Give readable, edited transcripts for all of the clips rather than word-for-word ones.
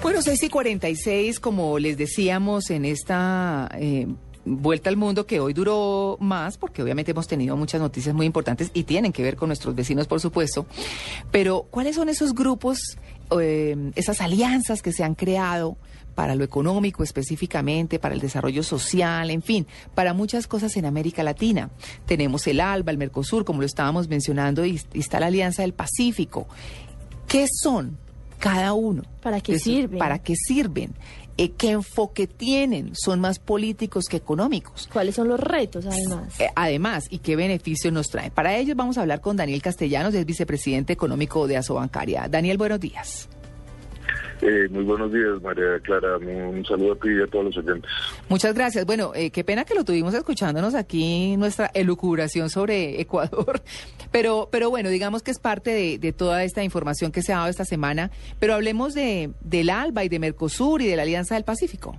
Bueno, 6:46, como les decíamos en esta vuelta al mundo, que hoy duró más, porque obviamente hemos tenido muchas noticias muy importantes y tienen que ver con nuestros vecinos, por supuesto. Pero, ¿cuáles son esos grupos, esas alianzas que se han creado para lo económico específicamente, para el desarrollo social, en fin, para muchas cosas en América Latina? Tenemos el ALBA, el Mercosur, como lo estábamos mencionando, y está la Alianza del Pacífico. ¿Qué son cada uno? ¿Para qué sirven? ¿Para qué sirven? ¿Qué enfoque tienen? ¿Son más políticos que económicos? ¿Cuáles son los retos, además? Además, ¿y qué beneficios nos traen? Para ellos vamos a hablar con Daniel Castellanos, es vicepresidente económico de Asobancaria. Daniel, buenos días. Muy buenos días, María Clara. Un saludo a ti y a todos los oyentes. Muchas gracias. Bueno, qué pena que lo tuvimos escuchándonos aquí, nuestra elucubración sobre Ecuador. Pero bueno, digamos que es parte de toda esta información que se ha dado esta semana. Pero hablemos del ALBA y de Mercosur y de la Alianza del Pacífico.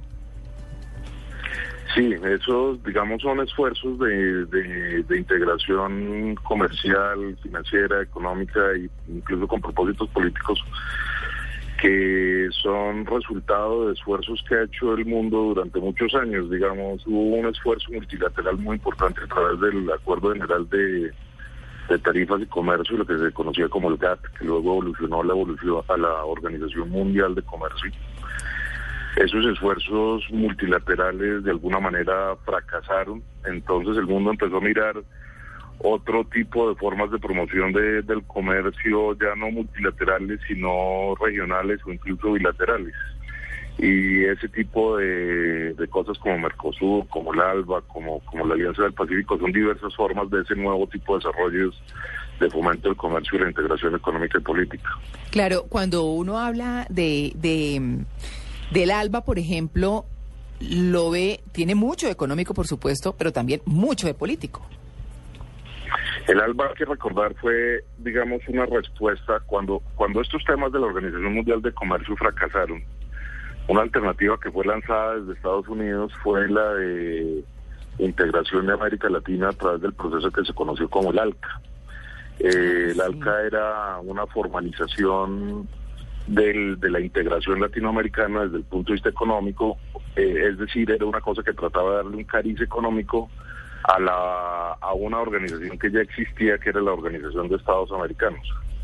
Sí, esos, digamos, son esfuerzos de integración comercial, financiera, económica e incluso con propósitos políticos, que son resultado de esfuerzos que ha hecho el mundo durante muchos años. Digamos, hubo un esfuerzo multilateral muy importante a través del Acuerdo General de Tarifas y Comercio, lo que se conocía como el GATT, que luego evolucionó a la Organización Mundial de Comercio. Esos esfuerzos multilaterales de alguna manera fracasaron, entonces el mundo empezó a mirar otro tipo de formas de promoción del comercio, ya no multilaterales, sino regionales o incluso bilaterales. Y ese tipo de cosas como Mercosur, como el ALBA, como la Alianza del Pacífico, son diversas formas de ese nuevo tipo de desarrollos de fomento del comercio y la integración económica y política. Claro, cuando uno habla del ALBA, por ejemplo, lo ve, tiene mucho de económico, por supuesto, pero también mucho de político. El ALBA, hay que recordar, fue, digamos, una respuesta cuando estos temas de la Organización Mundial de Comercio fracasaron. Una alternativa que fue lanzada desde Estados Unidos fue la de integración de América Latina a través del proceso que se conoció como el ALCA. El ALCA era una formalización de la integración latinoamericana desde el punto de vista económico, es decir, era una cosa que trataba de darle un cariz económico a una organización que ya existía, que era la Organización de Estados Americanos.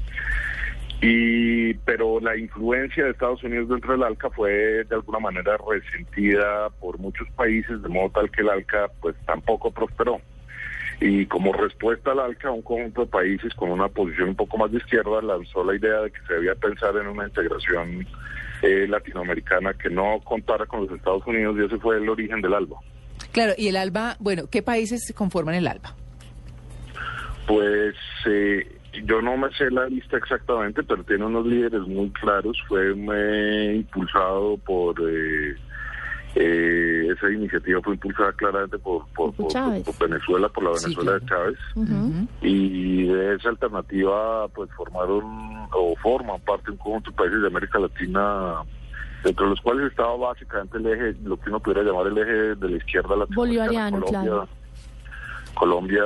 Pero la influencia de Estados Unidos dentro del ALCA fue de alguna manera resentida por muchos países, de modo tal que el ALCA pues tampoco prosperó. Y como respuesta al ALCA, un conjunto de países con una posición un poco más de izquierda lanzó la idea de que se debía pensar en una integración latinoamericana que no contara con los Estados Unidos, y ese fue el origen del ALBA. Claro, y el ALBA, bueno, ¿qué países conforman el ALBA? Pues yo no me sé la lista exactamente, pero tiene unos líderes muy claros. Fue impulsado por... esa iniciativa fue impulsada claramente por Venezuela, por la Venezuela de Chávez. Uh-huh. Y de esa alternativa pues forman parte de un conjunto de países de América Latina, entre los cuales estaba básicamente el eje, lo que uno pudiera llamar el eje de la izquierda latinoamericana. Bolivariano, claro. Colombia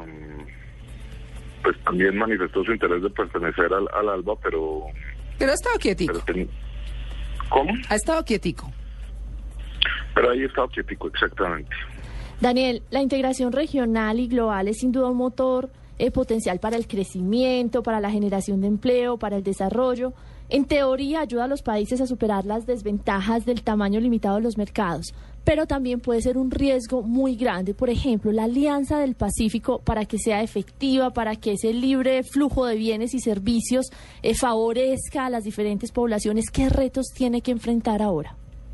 pues también manifestó su interés de pertenecer al ALBA, pero ha estado quietico. ¿Cómo? Ha estado quietico. Pero ahí ha estado quietico, exactamente. Daniel, la integración regional y global es sin duda un motor potencial para el crecimiento, para la generación de empleo, para el desarrollo. En teoría ayuda a los países a superar las desventajas del tamaño limitado de los mercados, pero también puede ser un riesgo muy grande. Por ejemplo, la Alianza del Pacífico, para que sea efectiva, para que ese libre flujo de bienes y servicios favorezca a las diferentes poblaciones, ¿qué retos tiene que enfrentar ahora?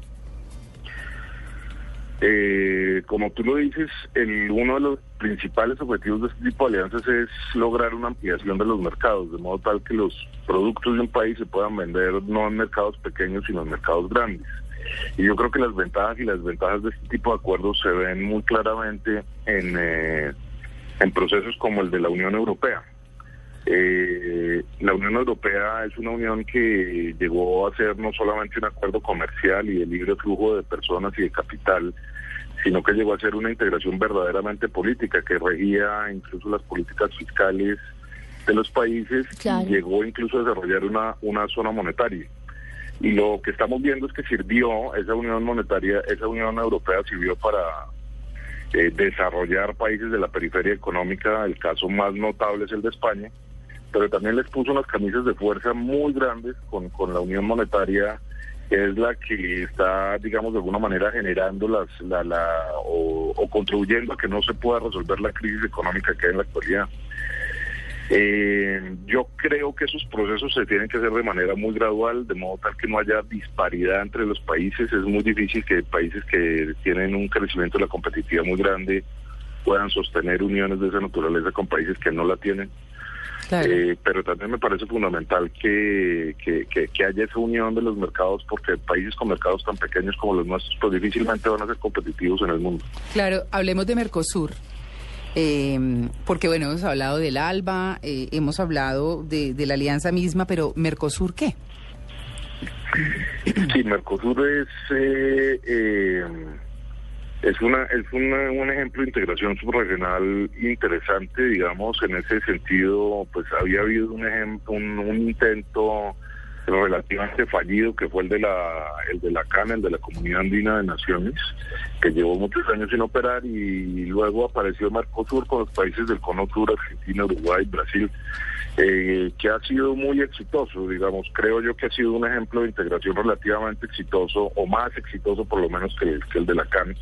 Como tú lo dices, uno de los principales objetivos de este tipo de alianzas es lograr una ampliación de los mercados, de modo tal que los productos de un país se puedan vender no en mercados pequeños, sino en mercados grandes. Y yo creo que las ventajas y las desventajas de este tipo de acuerdos se ven muy claramente en procesos como el de la Unión Europea. La Unión Europea es una unión que llegó a ser no solamente un acuerdo comercial y de libre flujo de personas y de capital, sino que llegó a ser una integración verdaderamente política que regía incluso las políticas fiscales de los países. Claro. Y llegó incluso a desarrollar una zona monetaria. Y lo que estamos viendo es que sirvió, esa unión monetaria, esa unión europea sirvió para desarrollar países de la periferia económica. El caso más notable es el de España, pero también les puso unas camisas de fuerza muy grandes con la unión monetaria, que es la que está, digamos, de alguna manera generando o contribuyendo a que no se pueda resolver la crisis económica que hay en la actualidad. Yo creo que esos procesos se tienen que hacer de manera muy gradual, de modo tal que no haya disparidad entre los países. Es muy difícil que países que tienen un crecimiento de la competitividad muy grande puedan sostener uniones de esa naturaleza con países que no la tienen. Claro. Pero también me parece fundamental que haya esa unión de los mercados, porque países con mercados tan pequeños como los nuestros pues difícilmente van a ser competitivos en el mundo. Claro, hablemos de Mercosur. Porque bueno, hemos hablado del ALBA, hemos hablado de la alianza misma, pero ¿Mercosur qué? Sí, Mercosur es un ejemplo de integración subregional interesante, digamos. En ese sentido, pues había habido un intento relativamente fallido, que fue el de la CAN, el de la Comunidad Andina de Naciones, que llevó muchos años sin operar, y luego apareció Mercosur con los países del Cono Sur, Argentina, Uruguay, Brasil, que ha sido muy exitoso, digamos. Creo yo que ha sido un ejemplo de integración relativamente exitoso, o más exitoso por lo menos que el de la CAN,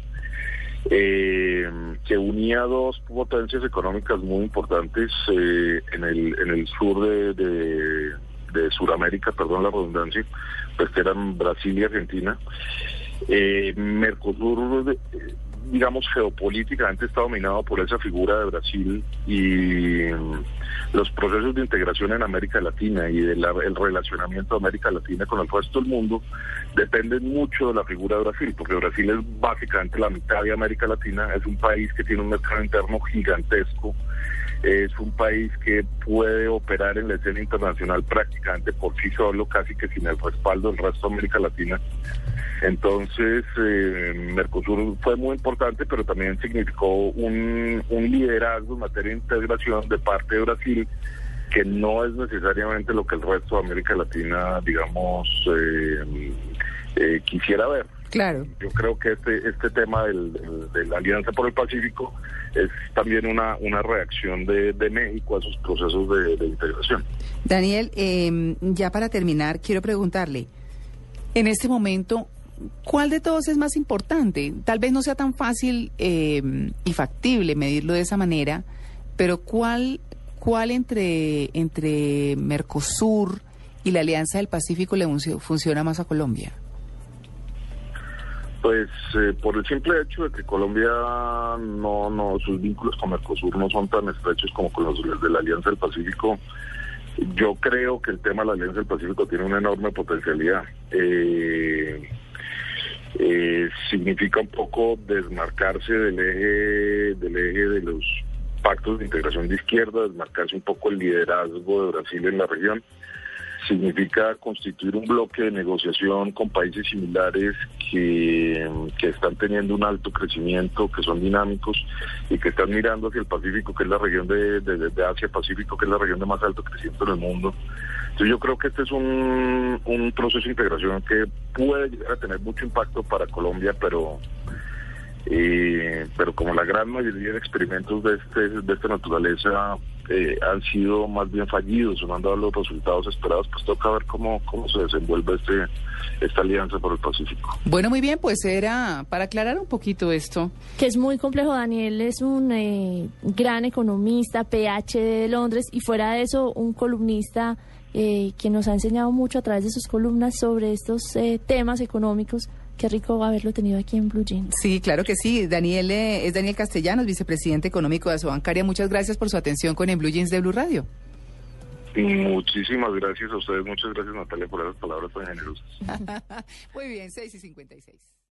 que unía dos potencias económicas muy importantes en el sur de Sudamérica, perdón la redundancia, pues que eran Brasil y Argentina. Mercosur, digamos, geopolíticamente está dominado por esa figura de Brasil, y los procesos de integración en América Latina y el relacionamiento de América Latina con el resto del mundo dependen mucho de la figura de Brasil, porque Brasil es básicamente la mitad de América Latina, es un país que tiene un mercado interno gigantesco, es un país que puede operar en la escena internacional prácticamente por sí solo, casi que sin el respaldo del resto de América Latina. Entonces, Mercosur fue muy importante, pero también significó un liderazgo en materia de integración de parte de Brasil, que no es necesariamente lo que el resto de América Latina, digamos, quisiera ver. Claro. Yo creo que este tema de la Alianza por el Pacífico es también una reacción de México a sus procesos de integración. Daniel, ya para terminar, quiero preguntarle, en este momento, ¿cuál de todos es más importante? Tal vez no sea tan fácil y factible medirlo de esa manera, pero ¿cuál entre Mercosur y la Alianza del Pacífico le funciona más a Colombia? Pues por el simple hecho de que Colombia sus vínculos con Mercosur no son tan estrechos como con los de la Alianza del Pacífico. Yo creo que el tema de la Alianza del Pacífico tiene una enorme potencialidad. Significa un poco desmarcarse del eje de los pactos de integración de izquierda, desmarcarse un poco el liderazgo de Brasil en la región. Significa constituir un bloque de negociación con países similares que están teniendo un alto crecimiento, que son dinámicos y que están mirando hacia el Pacífico, que es la región de Asia-Pacífico, que es la región de más alto crecimiento en el mundo. Entonces yo creo que este es un proceso de integración que puede llegar a tener mucho impacto para Colombia, pero como la gran mayoría de experimentos de esta naturaleza han sido más bien fallidos o no han dado los resultados esperados, pues toca ver cómo se desenvuelve esta alianza por el Pacífico. Bueno, muy bien, pues era para aclarar un poquito esto. Que es muy complejo. Daniel es un gran economista, PhD de Londres, y fuera de eso, un columnista que nos ha enseñado mucho a través de sus columnas sobre estos temas económicos. Qué rico haberlo tenido aquí en Blue Jeans. Sí, claro que sí. Daniel es Daniel Castellanos, vicepresidente económico de Asobancaria. Muchas gracias por su atención con el Blue Jeans de Blue Radio. Muchísimas gracias a ustedes. Muchas gracias, Natalia, por esas palabras tan generosas. Muy bien, 6:56.